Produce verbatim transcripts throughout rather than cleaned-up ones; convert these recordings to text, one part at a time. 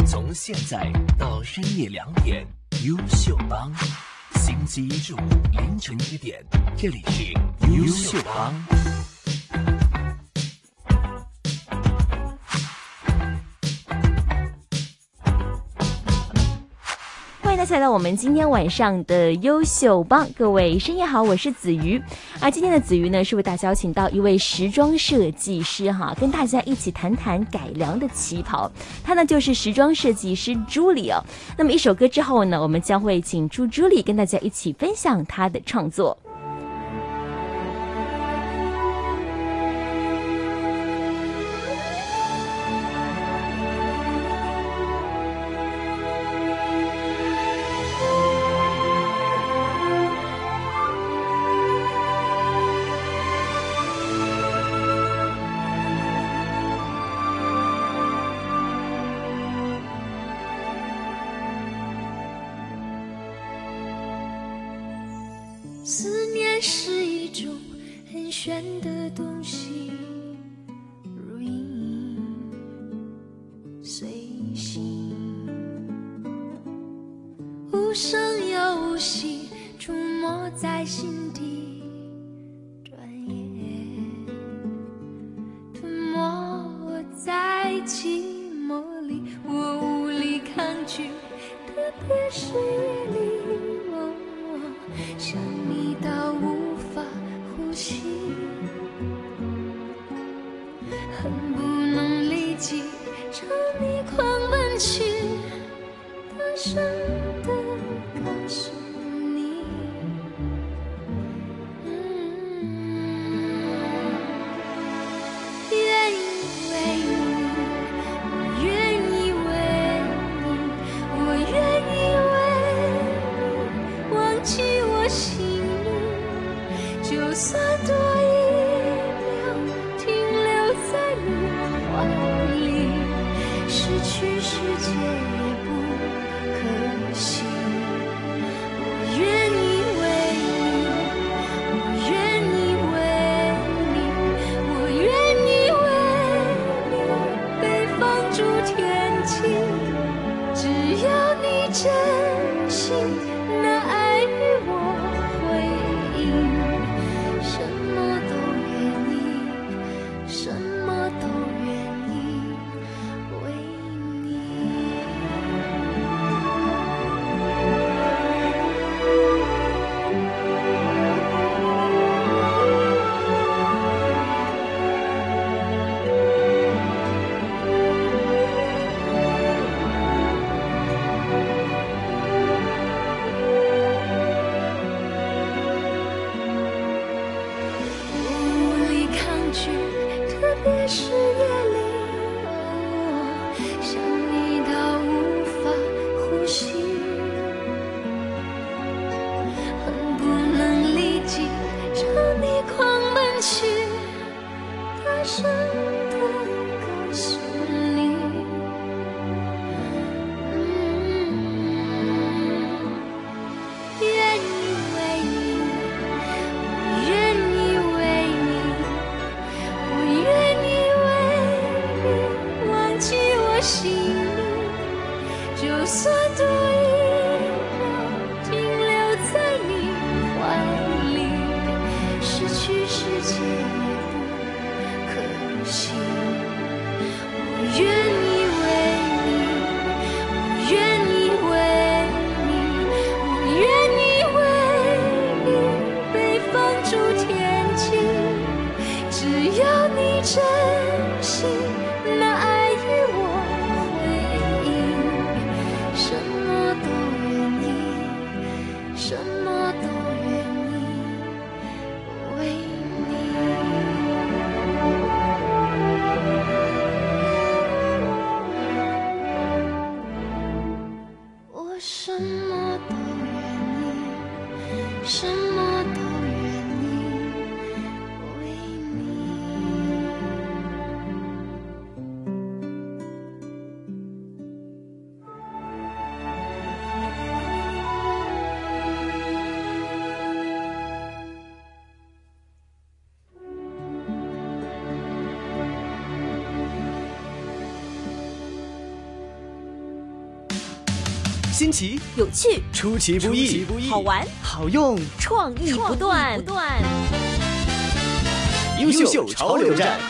从现在到深夜两点，优秀帮。星期一至五凌晨一点，这里是优秀帮。 欢迎大家来到我们今天晚上的优秀帮，各位深夜好，我是子瑜。而今天的子瑜呢，是为大家邀请到一位时装设计师哈，跟大家一起谈谈改良的旗袍。他呢就是时装设计师朱莉哦。那么一首歌之后呢，我们将会请出朱莉跟大家一起分享她的创作。 思念是一种很玄的东西，如影随形，无声又无息，出没在心底，转眼吞没我在寂寞里，我无力抗拒，特别是夜里，想你到无法呼吸，恨不能立即朝你狂奔去，大声地告诉你，嗯，愿意为你，我愿意为你，我愿意为你忘记我心里，就算多一秒停留在你怀里，失去世界也不可惜。我愿意为你，我愿意为你，我愿意为你被放逐天际，只要你真心那爱与我回应，什么都愿意，什么都愿意为你。无力抗拒，特别是夜里，哦，想你到无法呼吸，恨不能立即朝你狂奔去，大声地告诉你，嗯，愿意为你，我愿意为你，我愿意为你忘记我心里，就算多一秒停留在你怀里，失去世界也不可惜。我愿意为你，我愿意为你，我愿意为你被放逐天际，只要你真心那爱与我回应，什么都愿意，什么都愿意为你。我什么都愿意，什么都愿意为你。 新奇、 有趣、 出其不意、 好玩、 好用、 创意不断，不断。 优秀潮流站。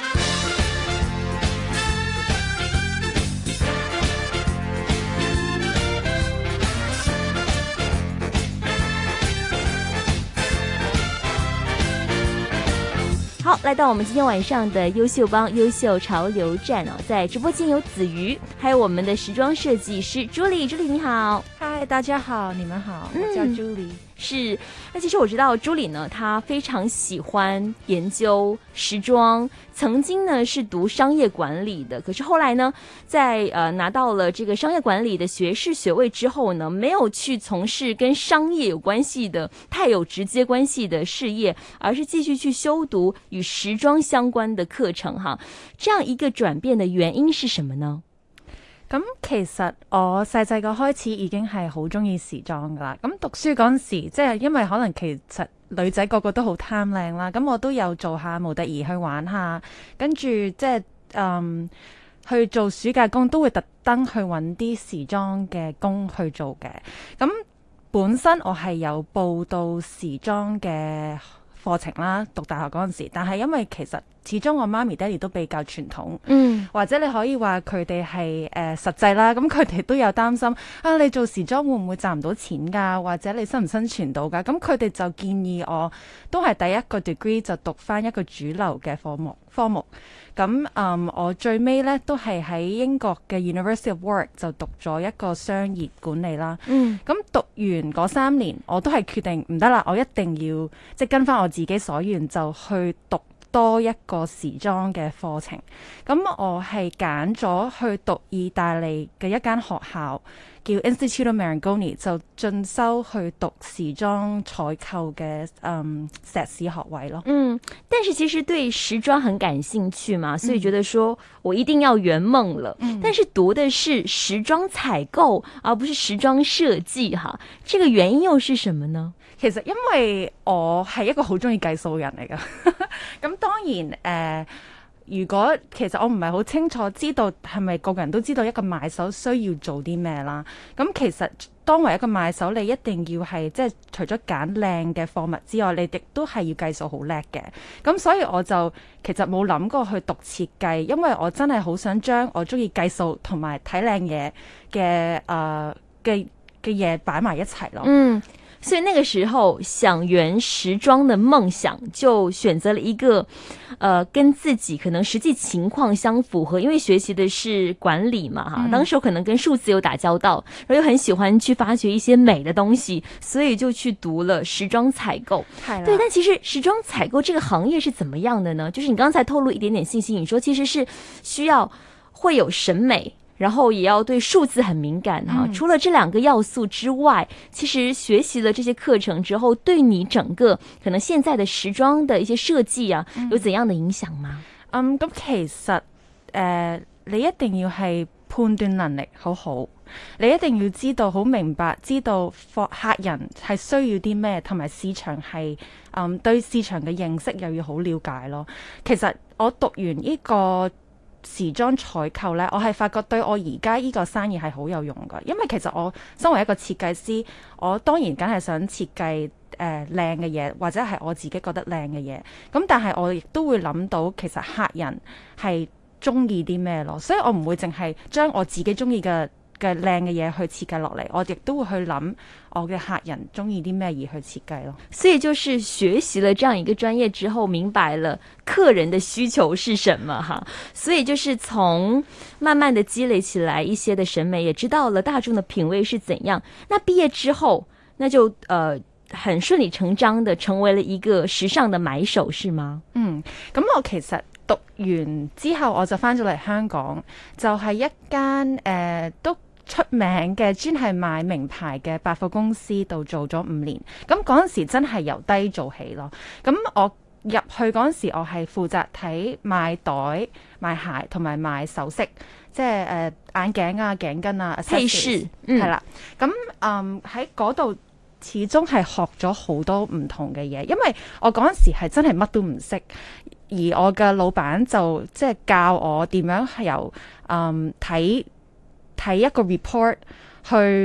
好，来到我们今天晚上的优秀帮优秀潮流站哦，在直播间有子瑜，还有我们的时装设计师朱莉。朱莉你好。 嗨，大家好，你们好，我叫朱莉。 是，那其实我知道朱莉呢，她非常喜欢研究时装，曾经呢是读商业管理的，可是后来呢，在呃拿到了这个商业管理的学士学位之后呢，没有去从事跟商业有关系的、太有直接关系的事业，而是继续去修讀與時裝相關的課程哈。這樣一個轉變的原因是什麼呢？ 咁其實我細細個開始已經係好中意時裝噶啦。咁讀書嗰陣時，即係因為可能其實女仔個個都好貪靚啦，咁我都有做下模特兒去玩下，跟住即係嗯去做暑假工，都會特登去揾啲時裝嘅工去做嘅。咁本身我係有報到時裝嘅課程啦，讀大學嗰陣時，但係因為其實始終我媽咪爹哋都比較傳統，嗯，或者你可以話佢哋係誒實際啦，咁佢哋都有擔心啊，你做時裝會唔會賺唔到錢㗎？或者你生唔生存到㗎？咁佢哋就建議我都係第一個 degree 就讀返一個主流嘅科目科目。咁嗯，我最尾咧都係喺英國嘅 University of Warwick 就讀咗一個商業管理啦。嗯，咁讀完嗰三年，我都係決定唔得啦，我一定要即係跟返我自己所願，就去讀多一個時裝嘅課程。咁我係揀咗去讀意大利嘅一間學校叫 Instituto Marangoni， 就進修去讀時裝採購嘅嗯碩士學位咯。 嗯，但是其實對時裝很感興趣嘛，所以覺得說我一定要圓夢了。嗯，但是讀的是時裝採購，而不是時裝設計哈，這個原因又是什麼呢？ 其實因為我係一個好中意計數人嚟㗎，咁當然誒、呃，如果其實我唔係好清楚知道係咪個個人都知道一個賣手需要做啲咩啦。咁其實當為一個賣手，你一定要係即係除咗揀靚嘅貨物之外，你亦都係要計數好叻嘅。咁所以我就其實冇諗過去讀設計，因為我真係好想將我中意計數同埋睇靚嘢嘅誒嘅嘅嘢擺埋一齊咯。嗯。 所以那個時候想圓時裝的夢想，就選擇了一個呃跟自己可能實際情況相符合，因為學習的是管理嘛哈，當時我可能跟數字有打交道，然後又很喜歡去發掘一些美的東西，所以就去讀了時裝採購。對，但其實時裝採購這個行業是怎麼樣的呢？就是你剛才透露一點點信息，你說其實是需要會有審美，然後也要對數字很敏感哈、嗯。除了這兩個要素之外，其實學習了這些課程之後，對你整個可能現在的時裝的一些設計啊，嗯、有怎樣的影響嗎？ 嗯，咁其實誒、呃，你一定要係判斷能力好好，你一定要知道好明白，知道客人係需要啲咩，同埋市場係嗯對市場嘅認識又要好了解咯。其實我讀完呢、這個時裝採購呢，我係發覺對我而家呢個生意係好有用㗎，因為其實我身為一個設計師，我當然梗係想設計誒靚嘅嘢，或者係我自己覺得靚嘅嘢。咁但係我亦都會諗到其實客人係中意啲咩咯，所以我唔會淨係將我自己中意嘅嘅靚嘅嘢去設計落嚟，我亦都會去諗我嘅客人中意啲咩而去設計咯。 所以就是學習了這樣一個專業之後，明白了客人的需求是什麼哈，所以就是從慢慢的積累起來一些的審美，也知道了大眾的品味是怎樣。那畢業之後，那就呃很順理成章的成為了一個時尚的買手，是嗎？ 嗯，咁我其實讀完之後，我就返咗嚟香港，就係、是、一間誒、呃、都出名嘅專係賣名牌嘅百貨公司度做咗五年。咁嗰陣時真係由低做起咯。咁我入去嗰陣時，我係負責睇賣袋、賣鞋同埋賣首飾，即係誒、呃、眼鏡啊、頸巾啊、 配飾， 係啦。咁嗯喺嗰度始終係學咗好多唔同嘅嘢，因為我嗰陣時係真係乜都唔識，而我嘅老闆就即係教我點樣係由嗯睇睇一個 report 去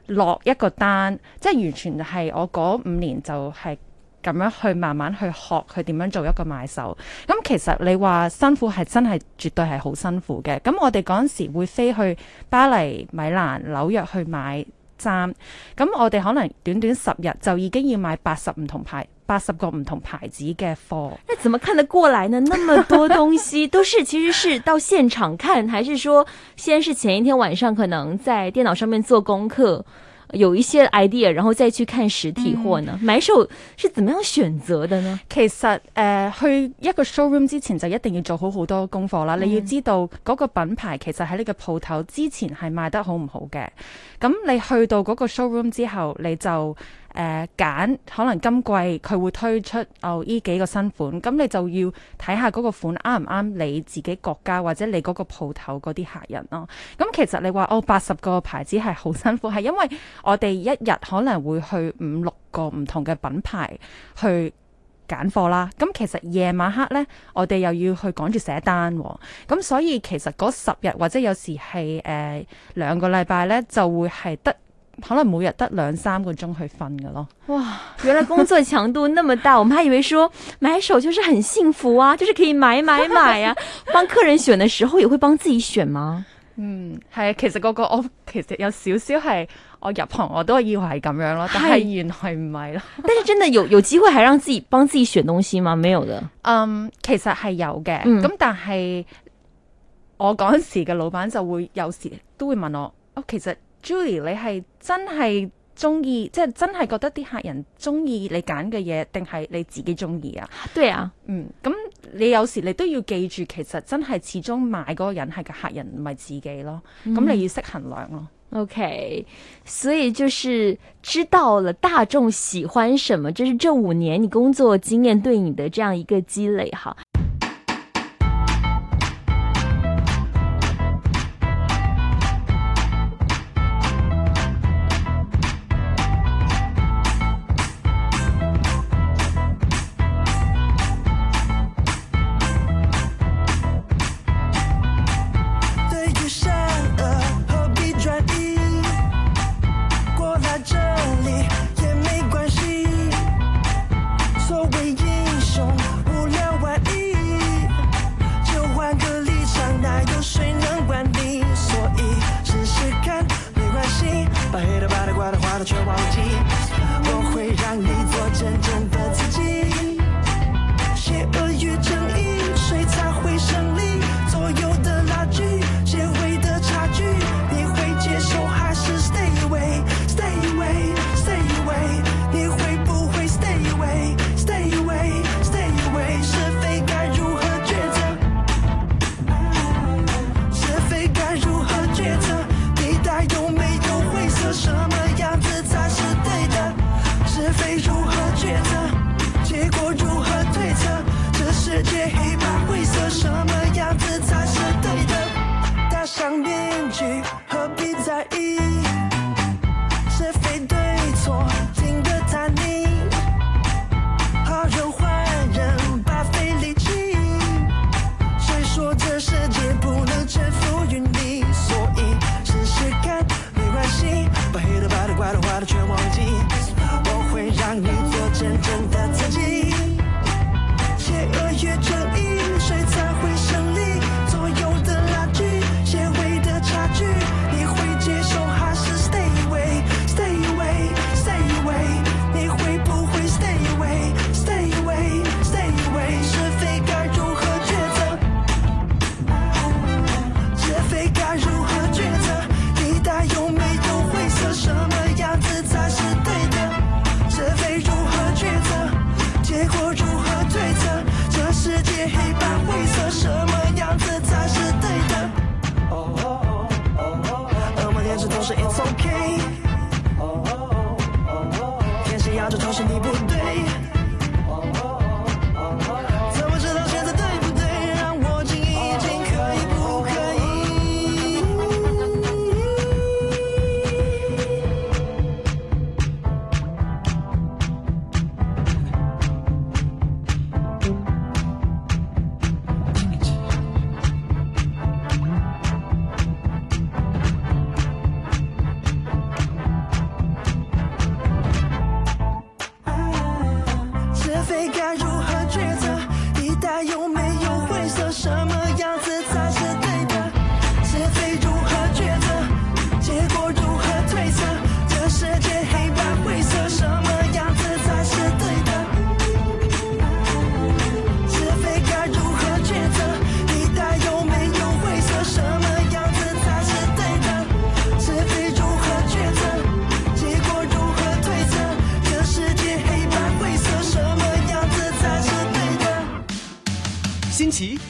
落一個單，即係完全係我嗰五年就係咁樣去慢慢去學佢點樣做一個買手。咁其實你話辛苦係真係絕對係好辛苦嘅。咁我哋嗰陣時會飛去巴黎、米蘭、紐約去買衫，咁我哋可能短短十日就已經要買八十唔同牌、八十個唔同牌子嘅貨。 那怎麼看得過來呢？那麼多東西都是其實是到現場看，還是說先是前一天晚上可能在電腦上面做功課，有一些 idea， 然後再去看實體貨呢？嗯、買手是怎麼樣選擇的呢？ 其實誒、呃，去一個 showroom 之前就一定要做好好多功課啦。嗯、你要知道嗰個品牌其實喺呢個鋪頭之前係賣得好唔好嘅。咁你去到嗰個 showroom 之後，你就誒揀、呃、可能今季佢會推出哦呢幾個新款，咁你就要睇下嗰個款啱唔啱你自己國家或者你嗰個鋪頭嗰啲客人咯。咁其實你話哦八十個牌子係好辛苦，係因為我哋一日可能會去五六個唔同嘅品牌去揀貨啦。咁其實夜晚黑呢，我哋又要去趕住寫單，咁所以其實嗰十日或者有時係誒兩個禮拜呢，就會係得可能每日得兩三個鐘去瞓㗎咯。 哇，原來工作強度那麼大，我們還以為說買手就是很幸福啊，就是可以買買買啊。幫客人選的時候也會幫自己選嗎？ 嗯，係啊，其實嗰個我其實有少少係我入行我都以為係咁樣咯，但係原來唔係咯。 但是真的有有機會還讓自己幫自己選東西嗎？沒有的。 嗯，其實係有嘅，咁、嗯、但係我嗰陣時嘅老闆就會有時都會問我，哦，其實 Julie 你係真係中意，即係真係覺得啲客人中意你揀嘅嘢，定係你自己中意啊？ 對啊， 嗯，咁你有時你都要記住，其實真係始終買嗰個人係個客人，唔係自己咯。咁、嗯、你要識衡量咯。 OK， 所以就是知道了大眾喜歡什麼，就是這五年你工作經驗對你的這樣一個積累哈。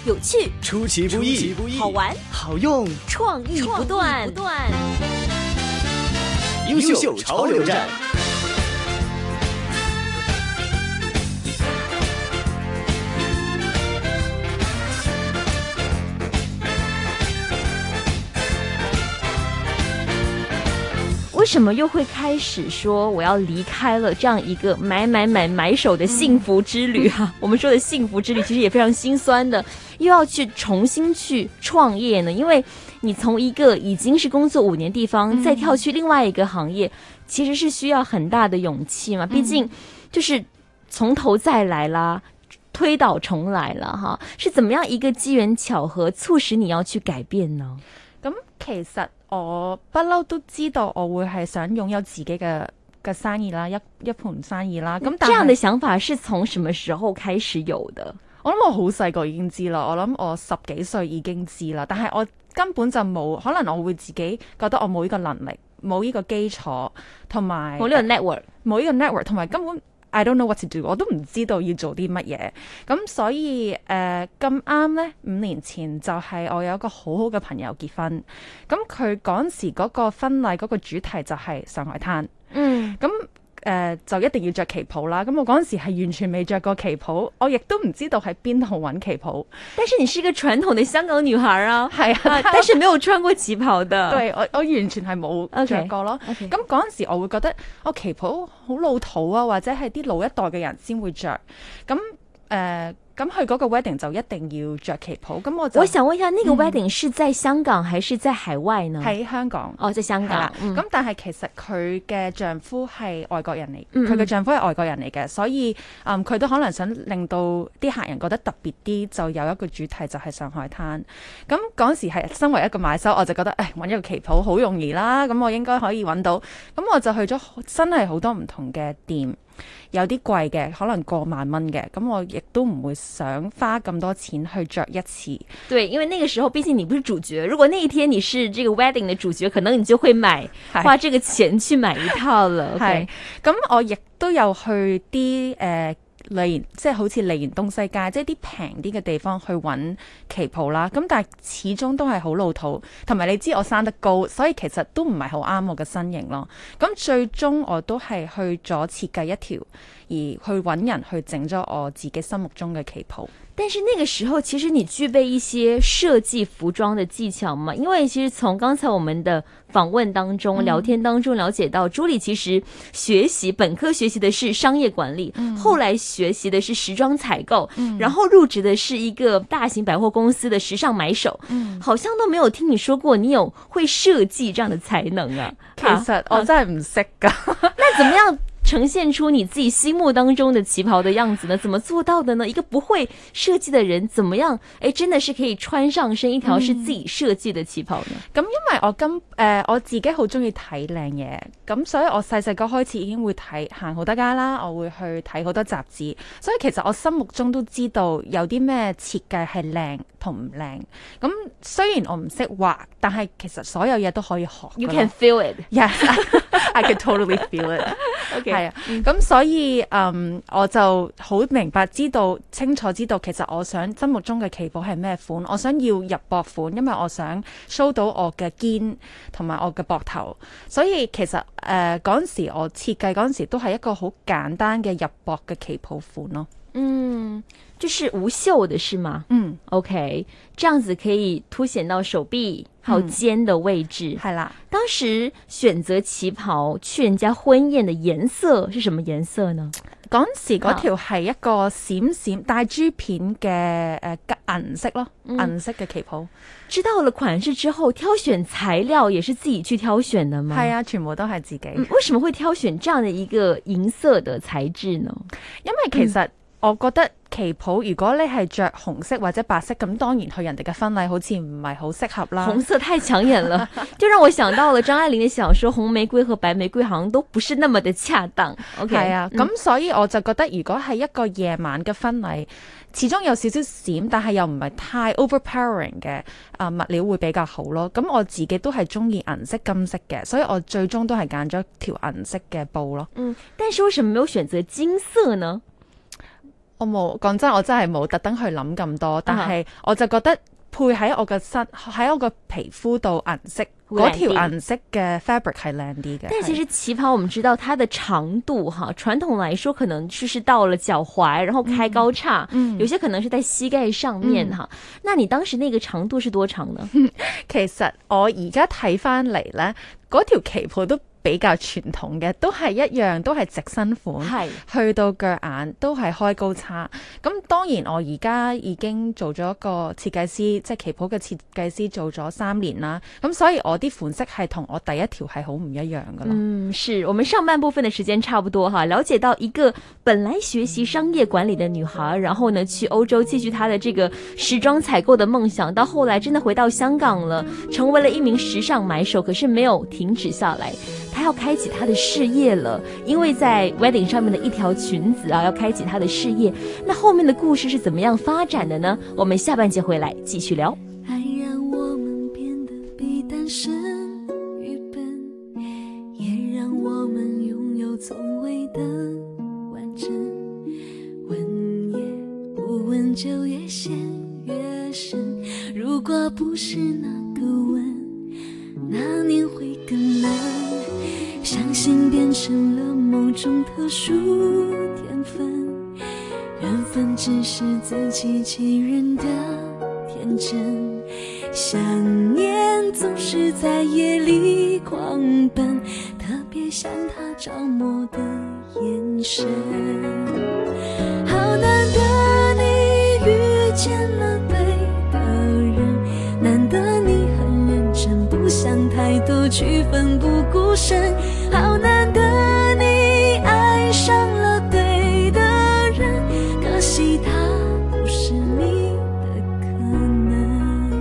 有趣、 出其不意， 好玩、 好用， 创意不断。不断优秀潮流站。 为什么又会开始说我要离开了这样一个买买买买手的幸福之旅啊？嗯、我们说的幸福之旅其实也非常心酸的，又要去重新去创业呢？因为你从一个已经是工作五年地方，再跳去另外一个行业，嗯、其实是需要很大的勇气嘛。毕竟就是从头再来啦，推倒重來了哈。是怎麼樣一個機緣巧合促使你要去改變呢？ 咁其實我不嬲都知道我會係想擁有自己嘅嘅生意啦，一一盤生意啦。咁這樣的想法是從什麼時候開始有的？ 我諗我好細個已經知啦，我諗我十幾歲已經知啦，但係我根本就冇，可能我會自己覺得我冇呢個能力，冇呢個基礎，同埋冇呢個 network， 冇呢個 network，同埋根本 I don't know what to do， 我都唔知道要做啲乜嘢。咁所以誒咁啱呢，五年前就係我有一個好好嘅朋友結婚，咁佢嗰陣時嗰個婚禮嗰個主題就係上海灘，嗯，咁。誒、呃、就一定要着旗袍啦，咁我嗰陣時係完全未着過旗袍，我亦都唔知道喺邊度揾旗袍。 但是你是一個傳統的香港女孩啊， 係啊， 但是沒有穿過旗袍的。 對，我我完全係冇着過咯。咁嗰陣時我會覺得我旗袍好老土啊，或者係啲老一代嘅人先會着。咁誒咁佢嗰個 wedding 就一定要着旗袍，咁我就我想問一下，那個 wedding 是在香港還是在海外呢？ 喺香港。 哦，在香港。咁、 嗯、但係其實佢嘅丈夫係外國人嚟，佢嘅、嗯、丈夫係外國人嚟嘅，所以嗯佢都可能想令到啲客人覺得特別啲，就有一個主題就係上海灘。咁嗰時係身為一個買手，我就覺得誒揾一個旗袍好容易啦，咁我應該可以揾到，咁我就去咗真係好多唔同嘅店。有啲貴嘅，可能過萬蚊嘅，咁我亦都唔會想花咁多錢去着一次。 對，因為那個時候畢竟你不是主角，如果那一天你是這個 wedding 的主角，可能你就會買花這個錢去買一套了。係， 咁、okay? 我亦都有去啲誒。呃例如即係好似利源東西街，即係啲平啲嘅地方去揾旗袍啦。咁但係始終都係好老土，同埋你知我生得高，所以其實都唔係好啱我嘅身形咯。咁最終我都係去咗設計一條，而去揾人去整咗我自己心目中嘅旗袍。 但是那個時候其實你具備一些設計服裝的技巧嘛？因為其實從剛才我們的訪問當中、嗯、聊天當中了解到，朱莉其實學習本科學習的是商業管理、嗯、後來學習的是時裝採購、嗯、然後入職的是一個大型百貨公司的時尚買手、嗯、好像都沒有聽你說過你有會設計這樣的才能啊。 其實我真係唔識㗎。 那怎麼樣呈現出你自己心目當中的旗袍的樣子呢？怎麼做到的呢？一個不會設計的人，怎麼樣？誒，真的是可以穿上身一條是自己設計的旗袍呢？ 咁、嗯、因為我今誒、呃、我自己好中意睇靚嘢，咁所以我細細個開始已經會睇行好多街啦，我會去睇好多雜誌，所以其實我心目中都知道有啲咩設計係靚同唔靚。咁雖然我唔識畫，但係其實所有嘢都可以學。 You can feel it. Yes, I can totally feel it. Okay. 係啊，咁、嗯、所以嗯，我就好明白知道清楚知道，其實我想心目中嘅旗袍係咩款，我想要入膊款，因為我想 show 到我嘅肩同埋我嘅膊頭，所以其實誒嗰陣時我設計嗰陣時都係一個好簡單嘅入膊嘅旗袍款咯。 嗯，就是無袖的是嗎？嗯 ，OK， 這樣子可以凸顯到手臂還有肩的位置。係啦、嗯，當時選擇旗袍去人家婚宴的顏色是什麼顏色呢？ 嗰時嗰條係一個閃閃帶珠片嘅誒銀色咯，銀、嗯、色嘅旗袍。 知道了款式之後，挑選材料也是自己去挑選的嗎？ 係啊，全部都係自己、嗯。 為什麼會挑選這樣的一個銀色的材質呢？ 因為其實、嗯。我覺得旗袍如果你係着紅色或者白色，咁當然去人哋嘅婚禮好似唔係好適合啦。 紅色太搶眼了，就讓我想到了張愛玲嘅小說《紅玫瑰》和《白玫瑰》，好像都不是那麼的恰當。OK，係啊， 咁、嗯、所以我就覺得如果係一個夜晚嘅婚禮，始終有少少閃，但係又唔係太 overpowering 嘅啊物料會比較好咯。咁我自己都係中意銀色、金色嘅，所以我最終都係揀咗條銀色嘅布咯。 嗯，但是為什麼沒有選擇金色呢？ 我冇，講真，我真係冇特登去諗咁多，但係我就覺得配喺我個身喺我個皮膚度顏色嗰條顏色嘅 fabric 係靚啲嘅。 但其實旗袍我們知道它的長度哈，傳統來說可能就是到了腳踝，然後開高叉，嗯，有些可能是在膝蓋上面哈。嗯、那你當時那個長度是多長呢？ 其實我而家睇翻嚟咧，嗰條旗袍都比較傳統嘅，都係一樣，都係直身款，係去到腳眼都係開高叉。咁當然我而家已經做咗一個設計師，即係旗袍嘅設計師做咗三年啦。咁所以我啲款式係同我第一條係好唔一樣噶啦。嗯， 是我們上半部分的時間差不多哈，了解到一個本來學習商業管理的女孩，然後呢去歐洲繼續她的這個時裝採購的夢想，到後來真的回到香港了，成為了一名時尚買手，可是沒有停止下來。他要開啟他的事業了，因為在 wedding 上面的一條裙子啊，要開啟他的事業。那後面的故事是怎麼樣發展的呢？我們下半節回來繼續聊。 愛讓我們變得比單身愚笨，也讓我們擁有從未的完整。問也不問，就越陷越深。如果不是那個吻，那年會更難。相信變成了某種特殊天分，緣分只是自欺欺人的天真，想念總是在夜裡狂奔，特別像他着魔的眼神。好難得你遇見了對的人，難得你很認真，不想太多區分不顧身，好難得你愛上了對的人，可惜他不是你的可能。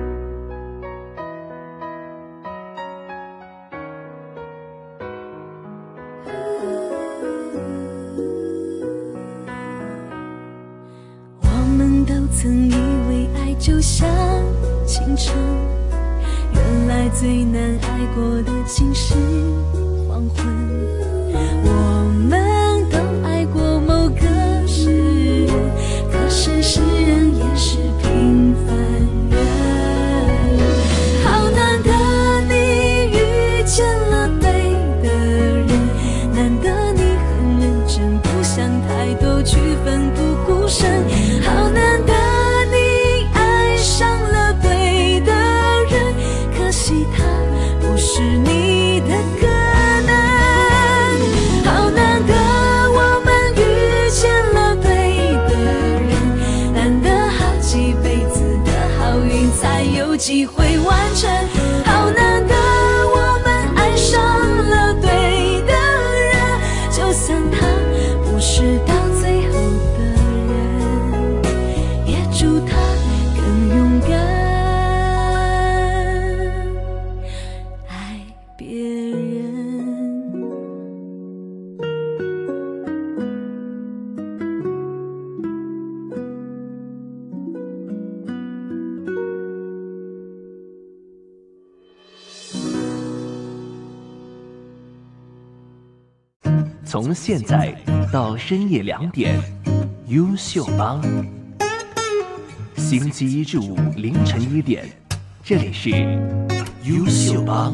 我們都曾以為愛就像青春，原來最難愛過的竟是黃昏。我們都愛過某個詩人，可是詩人也是平凡人。好難得你遇見了對的人，難得你很認真，不想太多區分不顧身，好難得你愛上了對的人，可惜他不是你的可能。好難得我們遇見了對的人，難得好幾輩子的好運才有機會完成，好難得我們愛上了對的人，就算他不是到最後的人，也祝他更勇敢愛別人。 從現在到深夜兩點，優秀幫。星期一至五凌晨一點，這裡是優秀幫。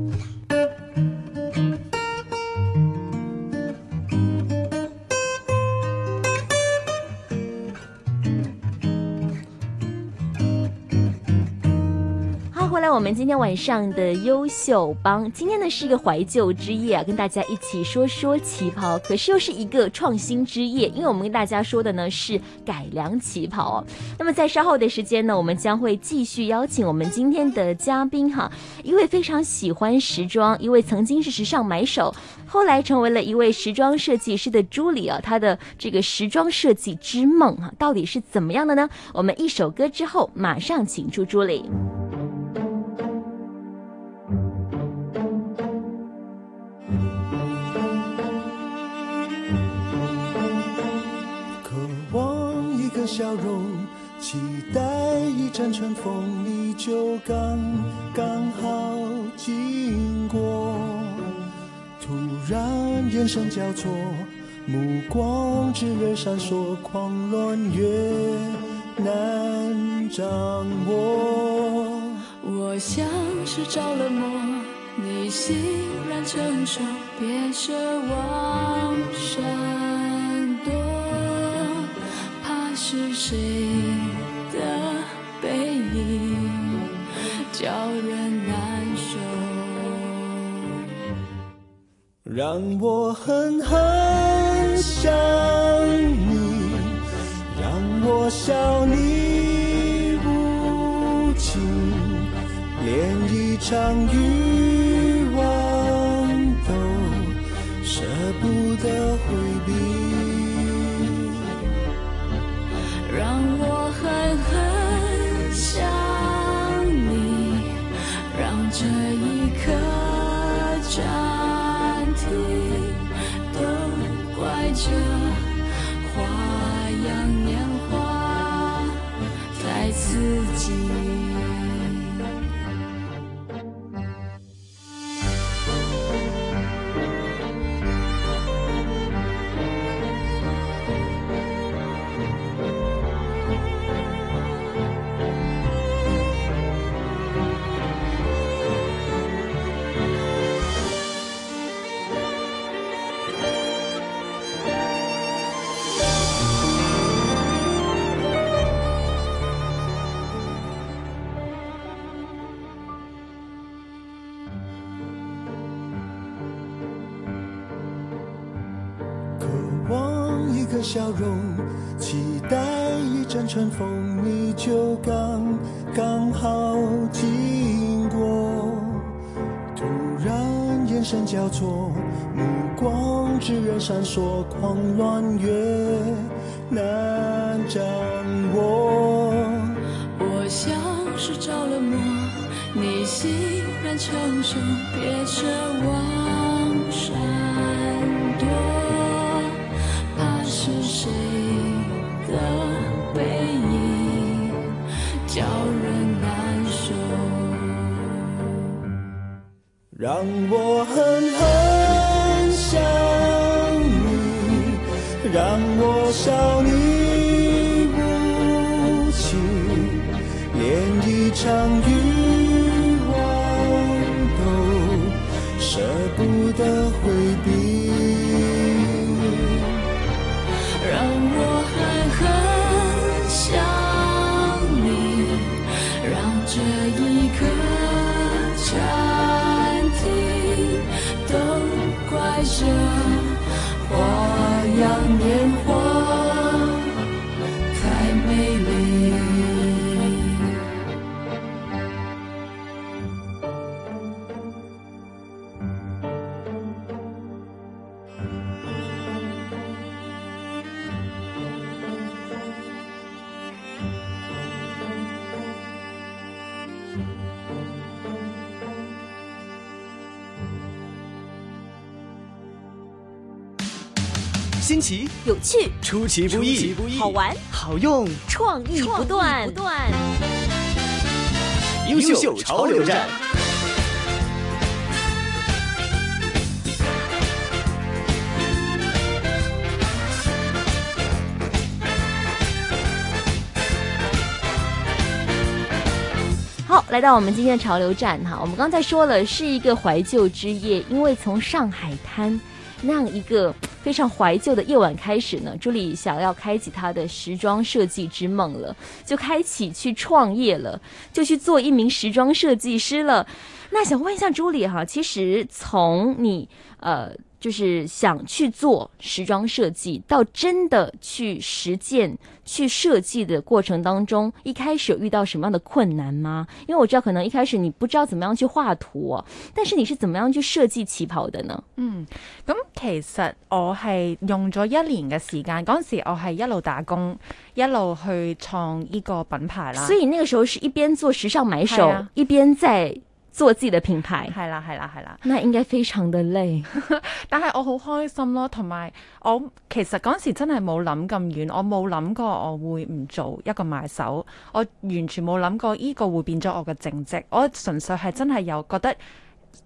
回來我們今天晚上的優秀幫，今天呢是一個懷舊之夜啊，跟大家一起說說旗袍，可是又是一個創新之夜，因為我們跟大家說的呢是改良旗袍哦。那麼在稍後的時間呢，我們將會繼續邀請我們今天的嘉賓哈，一位非常喜歡時裝，一位曾經是時尚買手，後來成為了一位時裝設計師的朱莉啊，她的這個時裝設計之夢哈，到底是怎麼樣的呢？我們一首歌之後馬上請出朱莉。 笑容，期待一陣春風，你就剛剛好經過。突然眼神交錯， 目光炙热闪烁，狂乱越难掌握。 我像是着了魔，你欣然承受，别奢望闪躲，怕是谁的背影叫人难受。 让我狠狠想你，让我笑你无情，连一场欲望都舍不得回避。 让我狠狠想你，让这一刻暂停，都怪这花样年华太刺激。 个笑容，期待一阵春风，你就刚刚好经过。突然眼神交错，目光炙热闪烁，狂乱越难掌握。 我像是着了魔，你欣然承受，别奢望闪躲，怕是谁的背影叫人难受。 让我狠狠想你，让我笑你无情，连一场欲望都舍不得回避。 让我狠狠想你，让这一刻暂停，都怪这花样年华太美丽。 新奇有趣， 出其不意， 好玩， 好用， 创意不断，不断。 优秀潮流站。 好，来到我们今天的潮流站哈，我们刚才说了是一个怀旧之夜，因为从上海滩那样一个非常怀旧的夜晚开始呢，朱莉想要开启她的时装设计之梦了，就开启去创业了，就去做一名时装设计师了。那想问一下朱莉哈，其实从你呃就是想去做时装设计到真的去实践去设计的过程当中，一开始有遇到什么样的困難嗎？因為我知道可能一開始你不知道怎麼樣去畫圖哦，但是你是怎麼樣去設計旗袍的呢？ 嗯，咁其實我係用咗一年嘅時間，嗰陣時我係一路打工，一路去創呢個品牌啦。 所以那個時候是一邊做時尚買手，啊、一邊在做自己的品牌。 係啦係啦係啦， 那應該非常的累。 但係我好開心咯，同埋我其實嗰陣時真係冇諗咁遠，我冇諗過我會唔做一個買手，我完全冇諗過呢個會變咗我嘅正職，我純粹係真係有覺得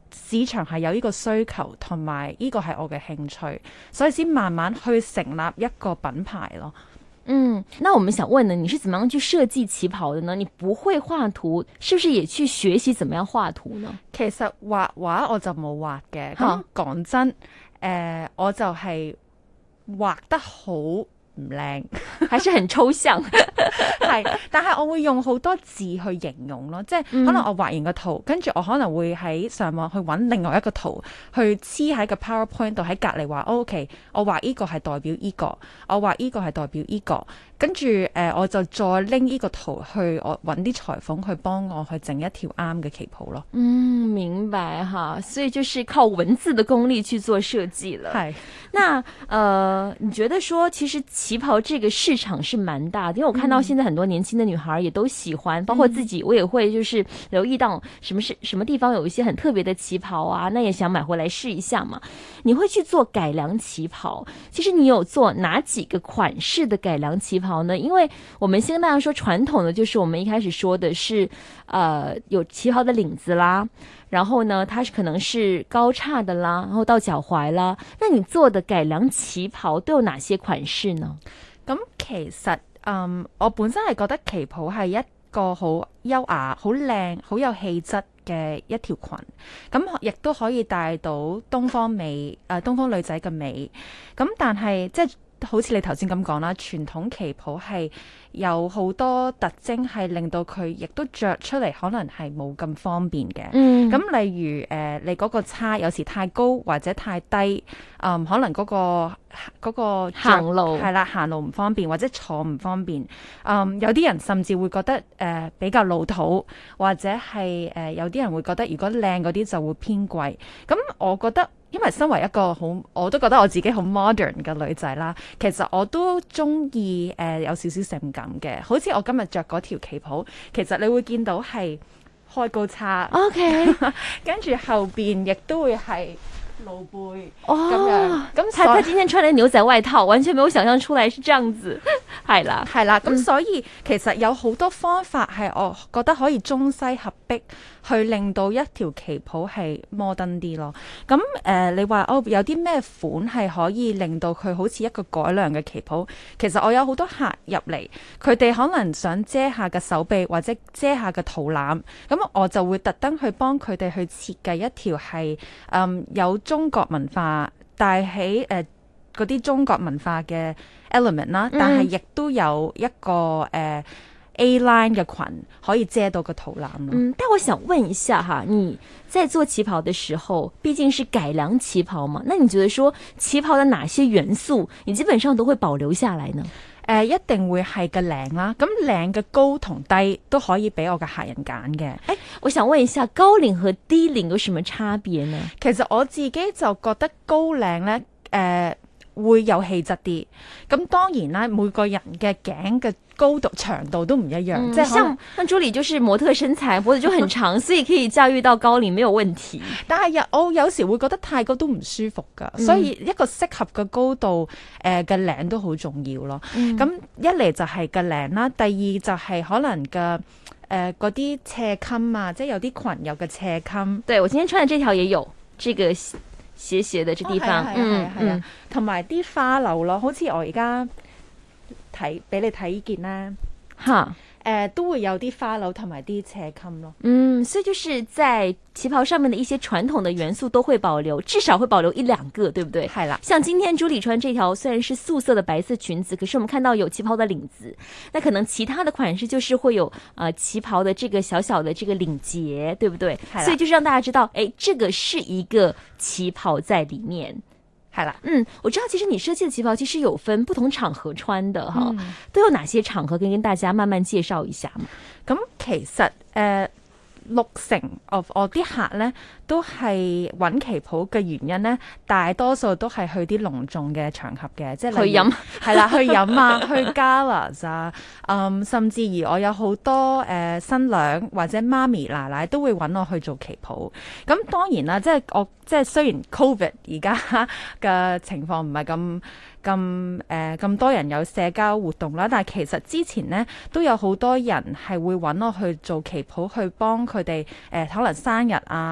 市場係有呢個需求，同埋呢個係我嘅興趣，所以先慢慢去成立一個品牌咯。 嗯，那我們想問呢，你是怎麼樣去設計旗袍的呢？你不會畫圖，是不是也去學習怎麼樣畫圖呢？ 其實畫畫我就冇畫嘅，咁講真，誒、呃，我就係畫得好唔靚， 還是很抽象。 係，但係我會用好多字去形容咯，即係可能我畫完個圖，跟住我可能會喺上網去揾另外一個圖，去黐喺個 PowerPoint 度喺隔離話 OK， 我畫呢個係代表呢個，我畫呢個係代表呢個。跟住誒、呃，我就再拎呢個圖去我揾啲裁縫去幫我去整一條啱嘅旗袍咯。 嗯，明白哈，所以就是靠文字的功力去做設計了。 係， 那呃，你覺得說其實旗袍這個市場是蠻大的，因為我看到現在很多年輕的女孩也都喜歡，嗯、包括自己，我也會就是留意到什麼是什麼地方有一些很特別的旗袍啊，那也想買回來試一下嘛。你會去做改良旗袍，其實你有做哪幾個款式的改良旗袍呢？因為我們先跟大家說傳統的，就是我們一開始說的是，呃，有旗袍的領子啦，然後呢，它是可能是高叉的啦，然後到腳踝啦。那你做的改良旗袍都有哪些款式呢？ 咁其實，嗯，我本身係覺得旗袍係一個好優雅、好靚、好有氣質嘅一條裙，咁亦都可以帶到東方美，誒、呃、東方女仔嘅美。咁但係即係好似你頭先咁講啦，傳統旗袍係有好多特徵，係令到佢亦都着出嚟可能係冇咁方便嘅。嗯，咁例如誒、呃，你嗰個叉有時太高或者太低，嗯，可能嗰、嗰個嗰、嗰個行路係啦，行路唔方便或者坐唔方便。嗯，有啲人甚至會覺得誒、呃、比較老土，或者係誒、呃、有啲人會覺得如果靚嗰啲就會偏貴。咁我覺得。因為身為一個好，我都覺得我自己好 modern 嘅女仔啦，其實我都中意誒有少少性感嘅，好似我今日着嗰條旗袍，其實你會見到係開高叉 ，OK， 跟住後邊亦都會係露背咁、哦、樣。咁他他今天穿的牛仔外套，完全沒有想象出來是這樣子，係啦， 係啦。咁所以其實有好多方法係我覺得可以中西合璧。去令到一條旗袍係摩登啲咯，咁誒、呃、你話哦有啲咩款係可以令到佢好似一個改良嘅旗袍？其實我有好多客入嚟，佢哋可能想遮下個手臂或者遮下個肚腩，咁我就會特登去幫佢哋去設計一條係嗯有中國文化帶起誒嗰啲中國文化嘅 element 啦，但係亦都有一個誒。呃A line 嘅裙可以遮到個肚腩咯。 嗯，但我想問一下哈，你在做旗袍的時候，畢竟是改良旗袍嘛，那你覺得說旗袍的哪些元素，你基本上都會保留下來呢？誒、 呃，一定會係個領啦，咁領嘅高同低都可以俾我嘅客人揀嘅。 誒，我想問一下，高領和低領有什麼差別呢？ 其實我自己就覺得高領咧，誒、呃。會有氣質啲，咁當然啦，每個人嘅頸嘅高度長度都唔一樣， 嗯、 即係像像朱莉就是模特身材，脖子就很長，所以可以駕馭到高領沒有問題。 但係我有時會覺得太高都唔舒服噶，嗯、所以一個適合嘅高度誒嘅領都好重要咯。咁、嗯、一嚟就係個領啦，第二就係可能嘅誒嗰啲斜襟啊，即係有啲裙有個斜襟。 對，我今天穿嘅這條也有這個。斜斜的這地方， 哦、嗯嗯，同埋啲花紐咯，好似我而家睇俾你睇呢件咧，吓。誒、呃，都會有啲花紐同埋啲斜襟咯。 嗯，所以就是在旗袍上面的一些傳統的元素都會保留，至少會保留一兩個，對不對？係啦，像今天朱莉穿這條雖然是素色的白色裙子，可是我們看到有旗袍的領子，那可能其他的款式就是會有呃旗袍的這個小小的這個領結，對不對？所以就是讓大家知道，誒，這個是一個旗袍在裡面。係啦，嗯，我知道其實你設計的旗袍其實有分不同場合穿的哈，嗯、都有哪些場合可以跟大家慢慢介紹一下嘛？ 咁其實誒、呃、六成 of 我啲客咧都係揾旗袍嘅原因咧，大多數都係去啲隆重嘅場合嘅，即係去飲係啦，去飲啊，去 galas 啊，嗯，甚至而我有好多誒、呃、新娘或者媽咪奶奶都會揾我去做旗袍。咁當然啦，即係我。即係雖然 Covid 而家嘅情況唔係咁咁誒咁多人有社交活動啦，但係其實之前咧都有好多人係會揾我去做旗袍，去幫佢哋誒可能生日啊，或者係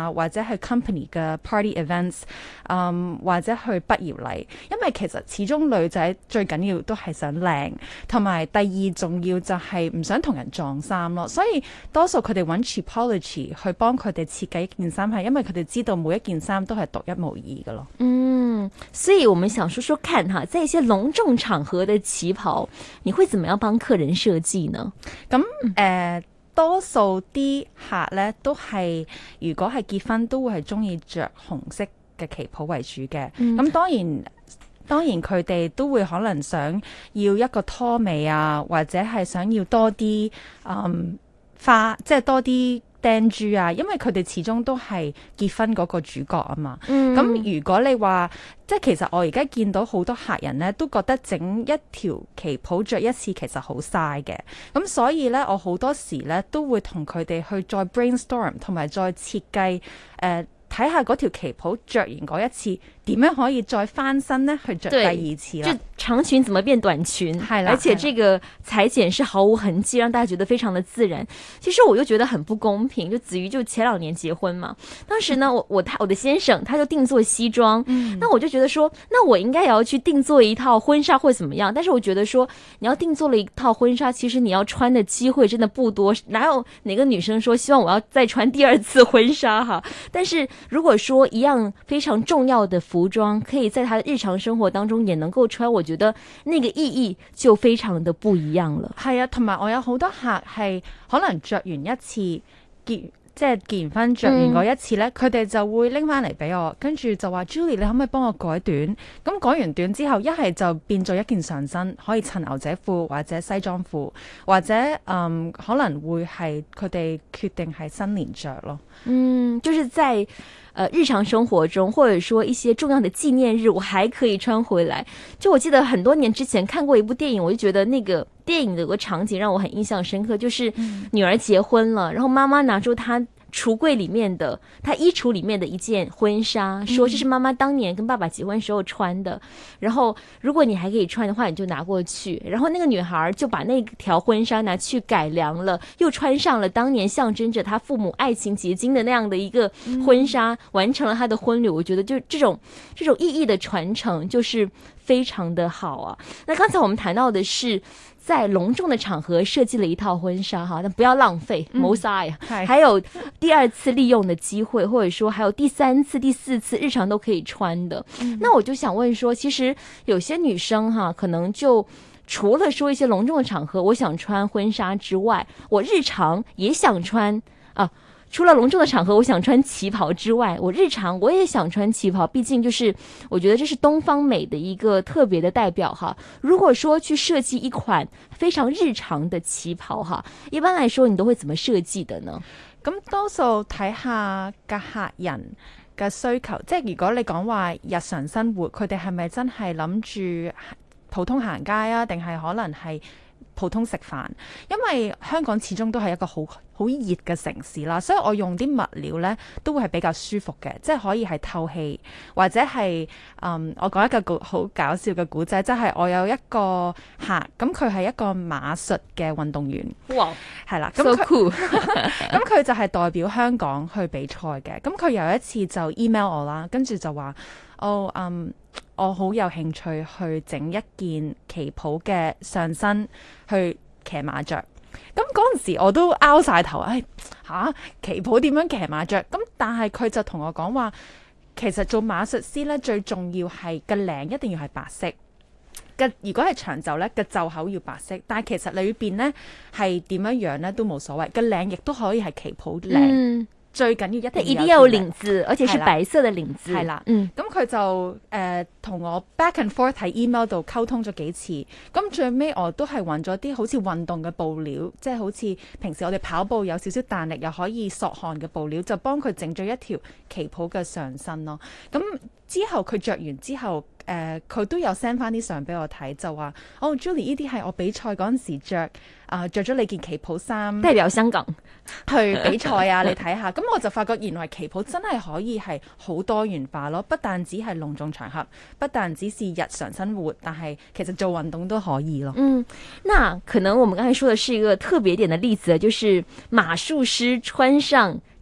去 company 嘅 party events， 嗯，或者去畢業禮，因為其實始終女仔最緊要都係想靚，同埋第二重要就係唔想同人撞衫咯，所以多數佢哋揾 Cheapology 去幫佢哋設計一件衫，係因為佢哋知道每一件衫都係獨一無二嘅咯。 嗯，所以我們想說說看哈，在一些隆重場合的旗袍，你會怎麼樣幫客人設計呢？ 咁誒、呃，多數啲客咧都係如果係結婚都會係中意着紅色嘅旗袍為主嘅。咁、嗯、當然當然佢哋都會可能想要一個拖尾啊，或者係想要多啲嗯花，即係多啲釘珠啊，因為佢哋始終都係結婚嗰個主角啊嘛。咁、嗯、如果你話即係其實我而家見到好多客人咧，都覺得整一條旗袍着一次其實好嘥嘅。咁所以咧，我好多時咧都會同佢哋去再 brainstorm， 同埋再設計誒，睇下嗰條旗袍着完嗰一次點樣可以再翻身呢？去着第二次啦。就長裙怎麼變短裙？係啦，而且這個裁剪是毫無痕跡，讓大家覺得非常的自然。其實我就覺得很不公平。就子瑜就前兩年結婚嘛，當時呢，我我他我的先生他就定做西裝，嗯，那我就覺得說，那我應該也要去定做一套婚紗或怎麼樣。但是我覺得說，你要定做了一套婚紗，其實你要穿的機會真的不多。哪有哪個女生說希望我要再穿第二次婚紗哈？但是如果說一樣非常重要的服裝可以在他的日常生活當中也能夠穿，我覺得那個意義就非常的不一樣了。 係啊，同埋我有好多客係可能着完一次結即係結完婚着完嗰一次咧，佢哋、嗯、就會拎翻嚟俾我，跟住就話 Julie 你可唔可以幫我改短？咁改完短之後，一係就變做一件上身，可以襯牛仔褲或者西裝褲，或者嗯可能會係佢哋決定係新年着咯。 嗯，就是在呃日常生活中，或者說一些重要的紀念日，我還可以穿回來。就我記得很多年之前看過一部電影，我就覺得那個電影的有個場景讓我很印象深刻，就是女兒結婚了，然後媽媽拿出她櫥櫃裡面的，她衣櫥裡面的一件婚紗，說這是媽媽當年跟爸爸結婚時候穿的，然後如果你還可以穿的話，你就拿過去。然後那個女孩就把那條婚紗拿去改良了，又穿上了當年象徵着她父母愛情結晶的那樣的一個婚紗，完成了她的婚禮。我覺得就這種這種意義的傳承就是非常的好啊。那剛才我們談到的是在隆重的場合設計了一套婚紗哈，但不要浪費，冇嘥啊。還有第二次利用的機會，或者說還有第三次、第四次日常都可以穿的。嗯、那我就想問說，其實有些女生哈，可能就除了說一些隆重的場合我想穿婚紗之外，我日常也想穿啊。除了隆重的場合我想穿旗袍之外，我日常我也想穿旗袍，畢竟就是我覺得這是東方美的一個特別的代表哈。如果說去設計一款非常日常的旗袍哈，一般來說你都會怎麼設計的呢？ 咁多數睇下個客人嘅需求，即係如果你講話日常生活，佢哋係咪真係諗住普通行街啊，定係可能係普通食飯？因為香港始終都係一個好好熱嘅城市啦，所以我用啲物料咧都會係比較舒服嘅，即係可以係透氣，或者係嗯，我講一個好搞笑嘅故仔，即係我有一個客，咁佢係一個馬術嘅運動員，哇，係啦，咁佢咁佢就係代表香港去比賽嘅，咁佢有一次就 email 我啦，跟住就話，哦，嗯，我好有興趣去整一件旗袍嘅上身去騎馬着。咁嗰陣時我都拗晒頭，唉、哎、吓，旗袍點樣騎馬着？咁但係佢就同我講話，其實做馬術師咧最重要係個領一定要係白色嘅，如果係長袖咧個袖口要白色，但係其實裏邊咧係點樣樣咧都冇所謂，個領亦都可以係旗袍領。嗯，最緊要一定一定要有領子，而且是白色的領子。 係啦，嗯，咁佢就誒同、呃、我 back and forth 喺 email 度溝通咗幾次，咁最尾我都係揾咗啲好似運動嘅布料，即係好似平時我哋跑步有少少彈力又可以索汗嘅布料，就幫佢整咗一條旗袍嘅上身咯。咁之後佢着完之後，誒佢、呃、都有 send 翻啲相俾我睇，就話哦 Julie 呢啲係我比賽嗰陣時着啊，着咗你件旗袍衫， 代表香港去比賽啊！你睇下，咁我就發覺原來旗袍真係可以係好多元化咯，不但只係隆重場合，不但只是日常生活，但係其實做運動都可以咯。 嗯，那可能我們剛才說的是一個特別點的例子，就是馬術師穿上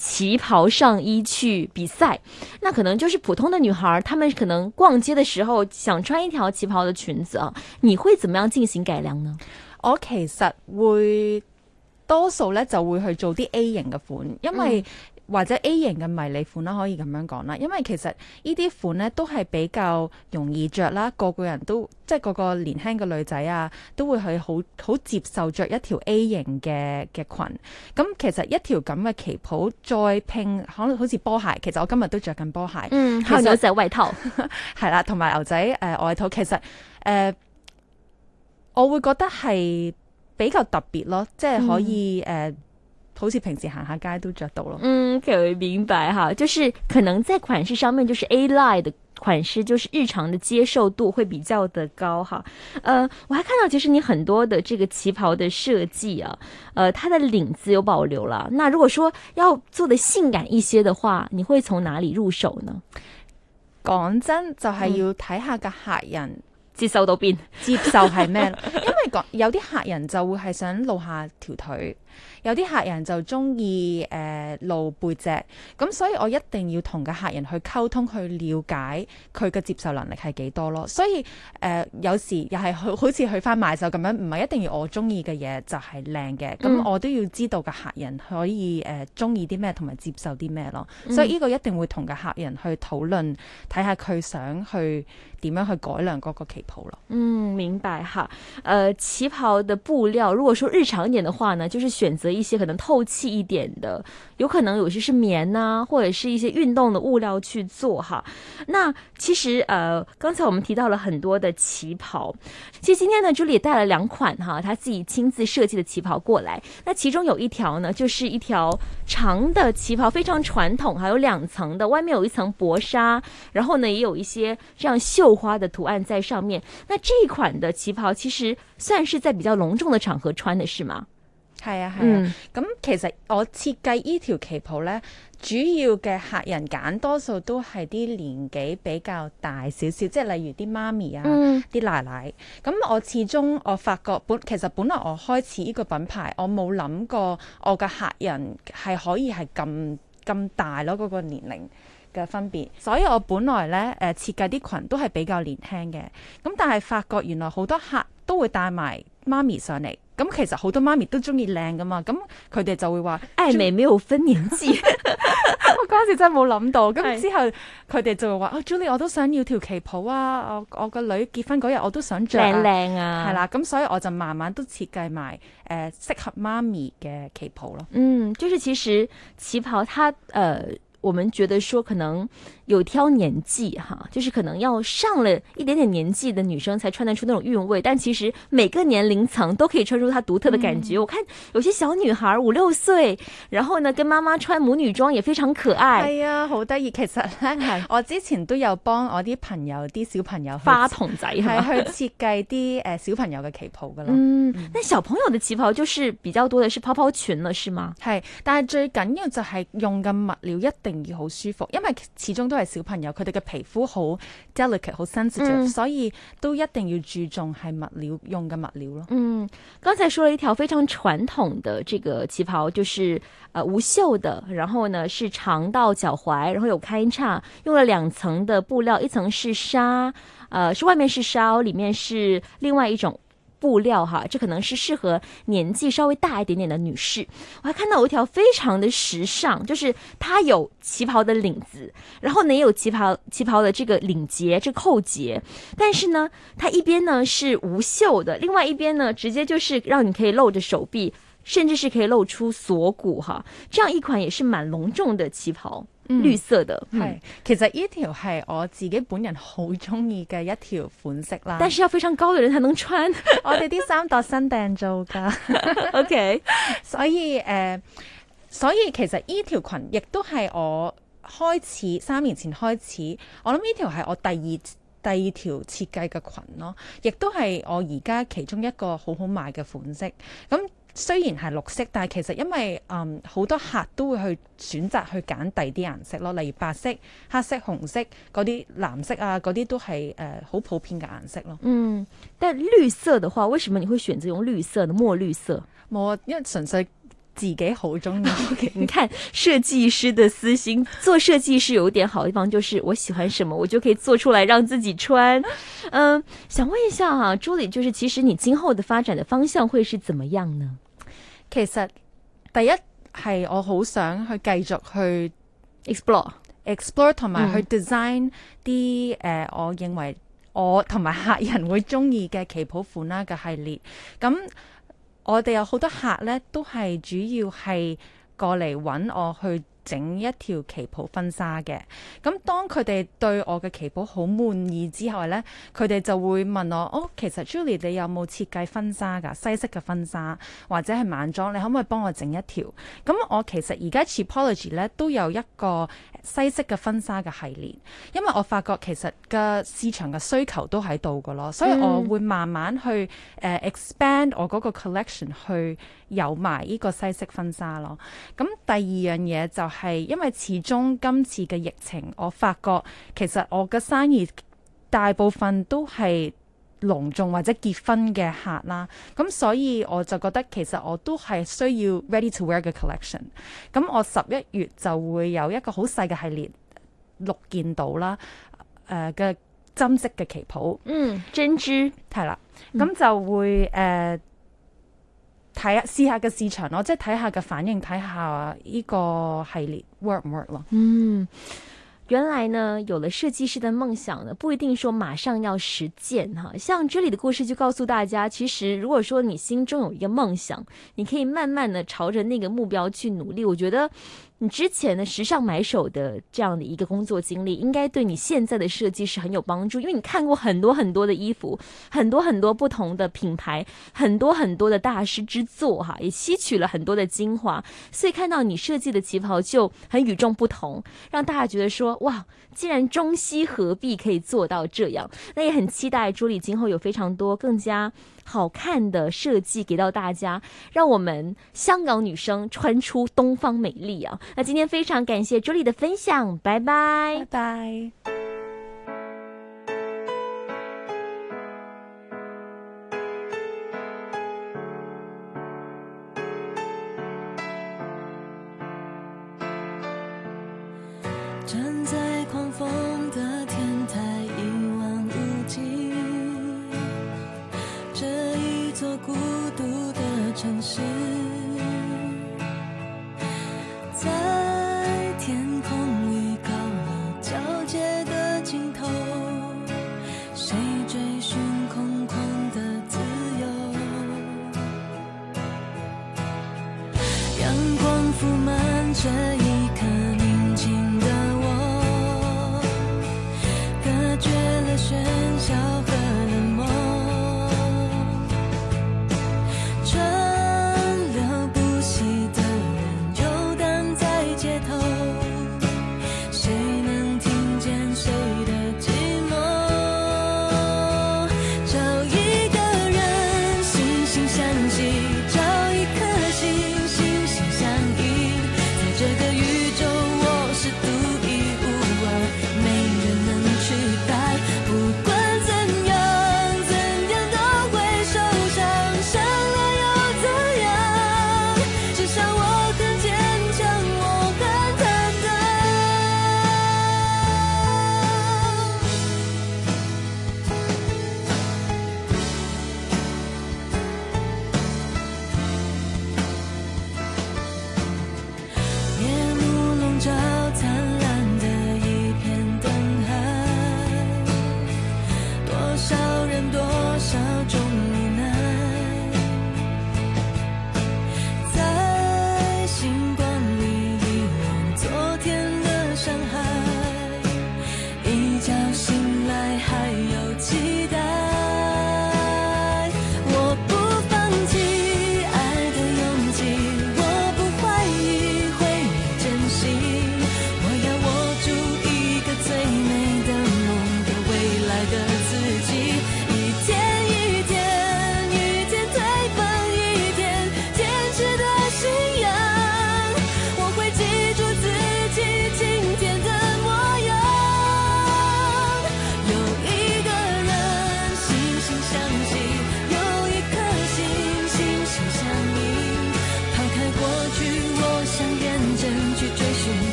旗袍上衣去比賽，那可能就是普通的女孩，她們可能逛街的時候想穿一條旗袍的裙子啊，你會怎麼樣進行改良呢？ 我其實會多數咧就會去做啲 A 型嘅款，因為、嗯或者 A 型嘅迷你款啦，可以咁樣講啦，因為其實呢啲款咧都係比較容易着啦，個個人都即係個個年輕嘅女仔啊，都會去好好接受着一條 A 型嘅嘅裙。咁其實一條咁嘅旗袍再拼可能好似波鞋，其實我今日都着緊波鞋， 嗯，還有牛仔外套， 係啦，同埋牛仔誒、呃、外套，其實誒、呃、我會覺得係比較特別咯，即係可以誒。嗯呃好似平時行下街都着到咯。 嗯，可以明白哈，就是可能在款式上面，就是 A line 的款式，就是日常的接受度會比較的高哈。呃，我還看到其實你很多的這個旗袍的設計啊，呃，它的領子有保留了。那如果說要做的性感一些的話，你會從哪裡入手呢？ 講真，就係、是、要睇下個客人、嗯、 接受到邊，接受係咩？因為講有啲客人就會係想露下條腿。有啲客人就中意誒露背脊，咁所以我一定要同個客人去溝通，去了解佢嘅接受能力係幾多咯。所以誒、呃、有時又係好好似去翻買手咁樣，唔係一定要我中意嘅嘢就係靚嘅，咁、嗯、我都要知道個客人可以誒中意啲咩同埋接受啲咩咯。嗯、所以呢個一定會同個客人去討論，睇下佢想去點樣去改良嗰個旗袍咯。 嗯，明白哈。呃，旗袍的布料，如果說日常一點的話呢，就是選擇一些可能透氣一點的，有可能有些是棉啊，或者是一些運動的物料去做哈。那其實呃，剛才我們提到了很多的旗袍，其實今天呢，Julie也帶了兩款哈，她自己親自設計的旗袍過來。那其中有一條呢，就是一條長的旗袍，非常傳統，還有兩層的，外面有一層薄紗，然後呢也有一些這樣繡花的圖案在上面。那這一款的旗袍其實算是在比較隆重的場合穿的是嗎？ 係啊係啊，咁、嗯、其實我設計依條旗袍咧，主要嘅客人揀多數都係啲年紀比較大少少，即係例如啲媽咪啊、啲、嗯、奶奶。咁我始終我發覺本其實本來我開始呢個品牌，我冇諗過我嘅客人係可以係咁咁大咯，嗰、那個年齡嘅分別。所以我本來咧誒設計啲裙都係比較年輕嘅，咁但係發覺原來好多客都會帶埋媽咪上嚟。咁其實好多媽咪都中意靚噶嘛，咁佢哋就會話愛美沒有分年紀。 我嗰時真係冇諗到，咁之後佢哋就會話：哦 Julie，我都想要條旗袍啊！我我個女結婚嗰日我都想着靚靚啊， 係啦，咁所以我就慢慢都設計埋誒適合媽咪嘅旗袍咯。 嗯，就是其實旗袍它，它、呃、誒。我們覺得說可能有挑年紀哈，就是可能要上了一點點年紀的女生才穿得出那種韻味，但其實每個年齡層都可以穿出它獨特的感覺。嗯、我看有些小女孩五六歲，然後呢跟媽媽穿母女裝也非常可愛。 係啊，好得意。其實咧，我之前都有幫我啲朋友、啲小朋友花童仔係去設計啲誒小朋友嘅旗袍噶啦。 嗯，那小朋友的旗袍就是比較多的是泡泡裙了，是嗎？ 係，但係最緊要就係用嘅物料一定要好舒服，因為始終都係小朋友，佢哋嘅皮膚好 delicate 好 sensitive、嗯、所以都一定要注重係物料用嘅物料咯。嗯， 剛才說了一條非常傳統的這個旗袍，就是呃無袖的，然後呢是長到腳踝，然後有開叉，用了兩層的布料，一層是紗，呃是外面是紗，裡面是另外一種布料哈，這可能是適合年紀稍微大一點點的女士。我還看到有一條非常的時尚，就是它有旗袍的領子，然後呢也有旗袍旗袍的這個領結、這個扣結，但是呢，它一邊呢是無袖的，另外一邊呢直接就是讓你可以露着手臂，甚至是可以露出鎖骨哈。這樣一款也是蠻隆重的旗袍。嗯、綠色的係、嗯， 其實呢條係我自己本人好中意嘅一條款式啦。 但是要非常高嘅人才能穿， 我哋啲衫度新訂做噶。 OK， 所以誒、呃，所以其實呢條裙亦都係我開始三年前開始，我諗呢條係我第二第二條設計嘅裙咯，亦都係我而家其中一個好好賣嘅款式。咁雖然係綠色，但係其實因為嗯好多客都會去選擇去揀第啲顏色咯，例如白色、黑色、紅色嗰啲藍色啊，嗰啲都係誒好普遍嘅顏色咯。 嗯，但綠色的話，為什麼你會選擇用綠色呢？墨綠色？ 冇啊，因為純粹自己好中意。 Okay, 你看设计师的私心，做设计师有一點好的地方就是我喜歡什麼我就可以做出來讓自己穿。嗯，想問一下哈，朱莉，就是其實你今後的發展的方向會是怎麼樣呢？ 其實第一係我好想去繼續去 explore explore 同埋去 design 啲誒、嗯呃，我認為我同埋客人會中意嘅旗袍款啦嘅系列。咁我哋有好多客咧，都係主要係過嚟揾我去整一條旗袍婚紗嘅。咁當佢哋對我嘅旗袍好滿意之後咧，佢哋就會問我：哦，其實 Julie 你有冇設計婚紗㗎？西式嘅婚紗或者係晚裝，你可唔可以幫我整一條？咁我其實而家 Cheapology 咧都有一個西式嘅婚紗嘅系列，因為我發覺其實嘅市場嘅需求都喺度㗎咯，所以我會慢慢去誒、呃、expand 我嗰個 collection 去有埋呢個西式婚紗咯。咁第二樣嘢就係因為始終今次嘅疫情，我發覺其實我嘅生意大部分都係隆重或者結婚嘅客啦，咁所以我就覺得其實我都係需要 ready to wear 嘅 collection。咁我十一月就會有一個好細嘅系列，六件到啦，誒嘅針織嘅旗袍， 嗯，針織係啦，咁、嗯、就會誒睇下試下嘅市場咯，即係睇下嘅反應，睇下呢個系列 work 唔 work 咯。 嗯。原來呢，有了設計師的夢想呢，不一定說馬上要實踐哈。像這裡的故事就告訴大家，其實如果說你心中有一個夢想，你可以慢慢的朝着那個目標去努力。我覺得你之前的時尚買手的這樣的一個工作經歷，應該對你現在的設計是很有幫助，因為你看過很多很多的衣服，很多很多不同的品牌，很多很多的大師之作哈，也吸取了很多的精華，所以看到你設計的旗袍就很與眾不同，讓大家覺得說哇，既然中西合璧可以做到這樣，那也很期待朱莉今後有非常多更加好看的設計給到大家，讓我們香港女生穿出東方美麗啊！那今天非常感謝朱莉的分享，拜拜， 拜拜。 站在狂風的天台一望無際，這一座孤獨的城市，在天空裡高樓交接的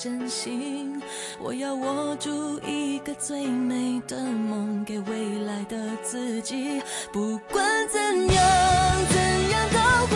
真心。我要握住一个最美的梦，给未来的自己。不管怎样怎样都